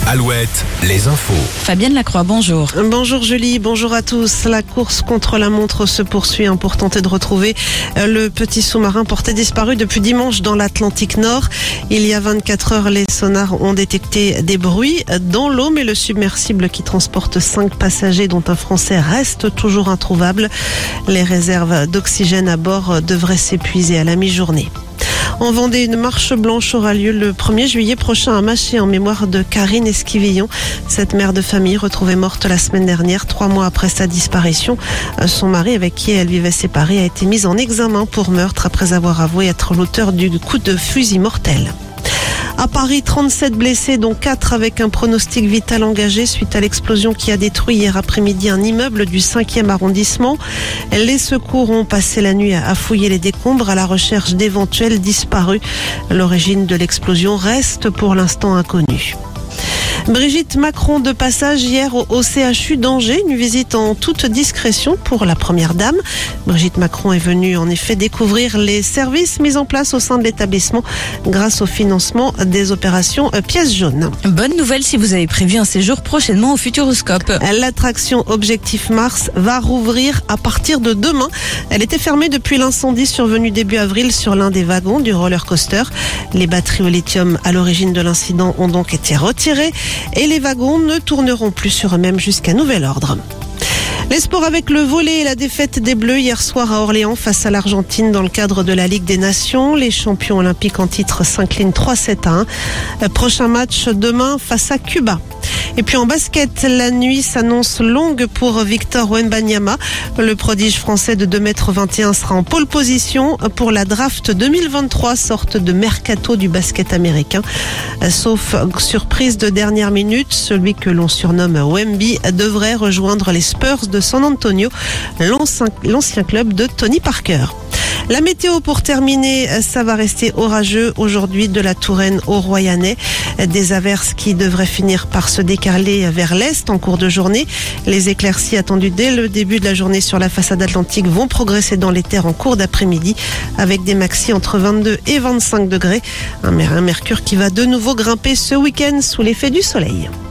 Alouette, les infos. Fabienne Lacroix, bonjour. Bonjour Julie, bonjour à tous. La course contre la montre se poursuit pour tenter de retrouver le petit sous-marin porté disparu depuis dimanche dans l'Atlantique Nord. Il y a 24 heures, les sonars ont détecté des bruits dans l'eau, mais le submersible qui transporte 5 passagers, dont un Français, reste toujours introuvable. Les réserves d'oxygène à bord devraient s'épuiser à la mi-journée. En Vendée, une marche blanche aura lieu le 1er juillet prochain à Maché en mémoire de Karine Esquivillon. Cette mère de famille retrouvée morte la semaine dernière, 3 mois après sa disparition. Son mari, avec qui elle vivait séparée, a été mis en examen pour meurtre après avoir avoué être l'auteur du coup de fusil mortel. À Paris, 37 blessés, dont 4 avec un pronostic vital engagé suite à l'explosion qui a détruit hier après-midi un immeuble du 5e arrondissement. Les secours ont passé la nuit à fouiller les décombres à la recherche d'éventuels disparus. L'origine de l'explosion reste pour l'instant inconnue. Brigitte Macron de passage hier au CHU d'Angers, une visite en toute discrétion pour la première dame. Brigitte Macron est venue en effet découvrir les services mis en place au sein de l'établissement grâce au financement des opérations Pièces jaunes. Bonne nouvelle si vous avez prévu un séjour prochainement au Futuroscope. L'attraction Objectif Mars va rouvrir à partir de demain. Elle était fermée depuis l'incendie survenu début avril sur l'un des wagons du roller coaster. Les batteries au lithium à l'origine de l'incident ont donc été retirées. Et les wagons ne tourneront plus sur eux-mêmes jusqu'à nouvel ordre. Les sports avec le volley et la défaite des Bleus hier soir à Orléans face à l'Argentine dans le cadre de la Ligue des Nations. Les champions olympiques en titre s'inclinent 3-7-1. Prochain match demain face à Cuba. Et puis en basket, la nuit s'annonce longue pour Victor Wembanyama. Le prodige français de 2,21 m sera en pole position pour la draft 2023, sorte de mercato du basket américain. Sauf surprise de dernière minute, celui que l'on surnomme Wemby devrait rejoindre les Spurs de San Antonio, l'ancien club de Tony Parker. La météo pour terminer, ça va rester orageux aujourd'hui de la Touraine au Royannais. Des averses qui devraient finir par se décaler vers l'est en cours de journée. Les éclaircies attendues dès le début de la journée sur la façade atlantique vont progresser dans les terres en cours d'après-midi avec des maxis entre 22 et 25 degrés. Un mercure qui va de nouveau grimper ce week-end sous l'effet du soleil.